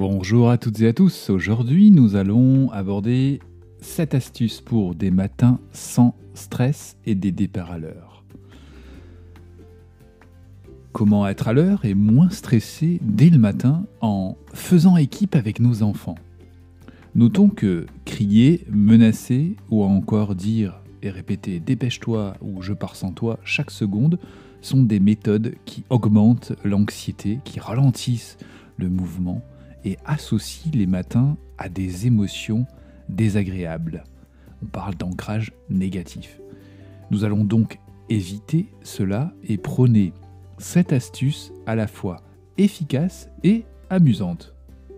Bonjour à toutes et à tous. Aujourd'hui, nous allons aborder 7 astuces pour des matins sans stress et des départs à l'heure. Comment être à l'heure et moins stressé dès le matin en faisant équipe avec nos enfants. Notons que crier, menacer ou encore dire et répéter « dépêche-toi » ou « je pars sans toi » chaque seconde sont des méthodes qui augmentent l'anxiété, qui ralentissent le mouvement et associent les matins à des émotions désagréables. On parle d'ancrage négatif. Nous allons donc éviter cela et prôner cette astuce à la fois efficace et amusante.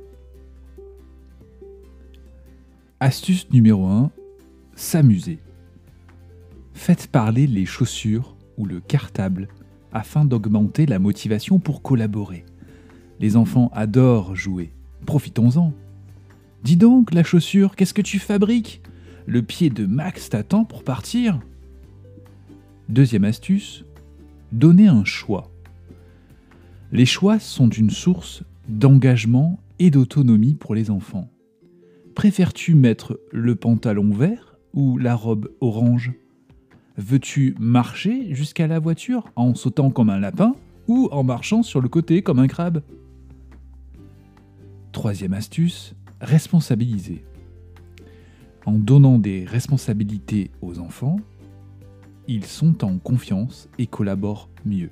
Astuce numéro 1, s'amuser. Faites parler les chaussures ou le cartable afin d'augmenter la motivation pour collaborer. Les enfants adorent jouer. Profitons-en. Dis donc, la chaussure, qu'est-ce que tu fabriques ? Le pied de Max t'attend pour partir. Deuxième astuce, donner un choix. Les choix sont une source d'engagement et d'autonomie pour les enfants. Préfères-tu mettre le pantalon vert ou la robe orange ? Veux-tu marcher jusqu'à la voiture en sautant comme un lapin ou en marchant sur le côté comme un crabe ? Troisième astuce, responsabiliser. En donnant des responsabilités aux enfants, ils sont en confiance et collaborent mieux.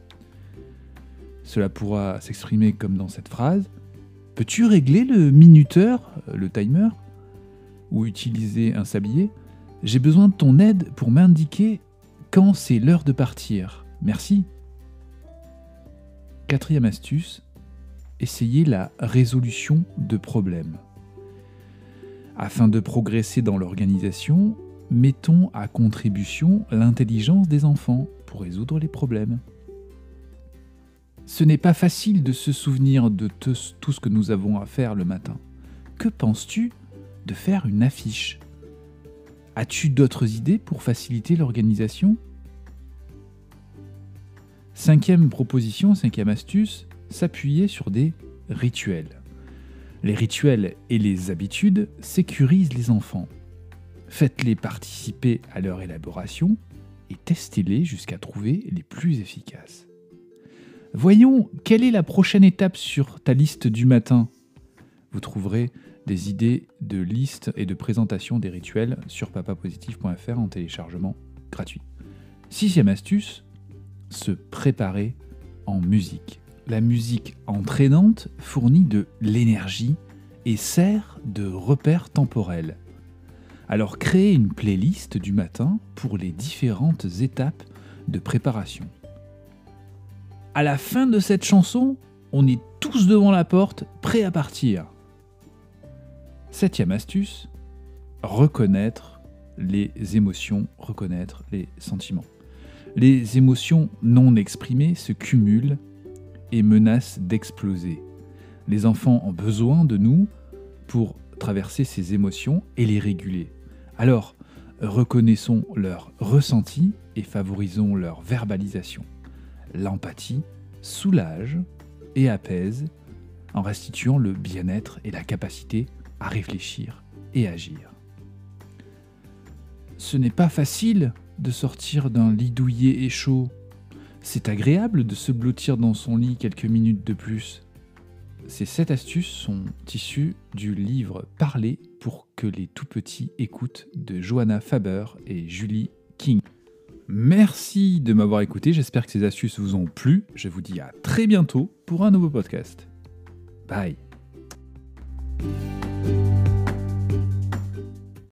Cela pourra s'exprimer comme dans cette phrase. Peux-tu régler le minuteur, le timer, ou utiliser un sablier ? J'ai besoin de ton aide pour m'indiquer quand c'est l'heure de partir. Merci. Quatrième astuce, essayez la résolution de problèmes. Afin de progresser dans l'organisation, mettons à contribution l'intelligence des enfants pour résoudre les problèmes. Ce n'est pas facile de se souvenir de tout ce que nous avons à faire le matin. Que penses-tu de faire une affiche ? As-tu d'autres idées pour faciliter l'organisation ? Cinquième proposition, cinquième astuce, s'appuyer sur des rituels. Les rituels et les habitudes sécurisent les enfants. Faites-les participer à leur élaboration et testez-les jusqu'à trouver les plus efficaces. Voyons, quelle est la prochaine étape sur ta liste du matin ? Vous trouverez des idées de liste et de présentation des rituels sur papapositif.fr en téléchargement gratuit. Sixième astuce, se préparer en musique. La musique entraînante fournit de l'énergie et sert de repère temporel. Alors créez une playlist du matin pour les différentes étapes de préparation. À la fin de cette chanson, on est tous devant la porte, prêts à partir. Septième astuce, reconnaître les émotions, reconnaître les sentiments. Les émotions non exprimées se cumulent et menacent d'exploser. Les enfants ont besoin de nous pour traverser ces émotions et les réguler. Alors, reconnaissons leurs ressentis et favorisons leur verbalisation. L'empathie soulage et apaise en restituant le bien-être et la capacité à réfléchir et agir. Ce n'est pas facile de sortir d'un lit douillet et chaud. C'est agréable de se blottir dans son lit quelques minutes de plus. Ces 7 astuces sont issues du livre « Parler pour que les tout-petits écoutent » de Johanna Faber et Julie King. Merci de m'avoir écouté, j'espère que ces astuces vous ont plu. Je vous dis à très bientôt pour un nouveau podcast. Bye.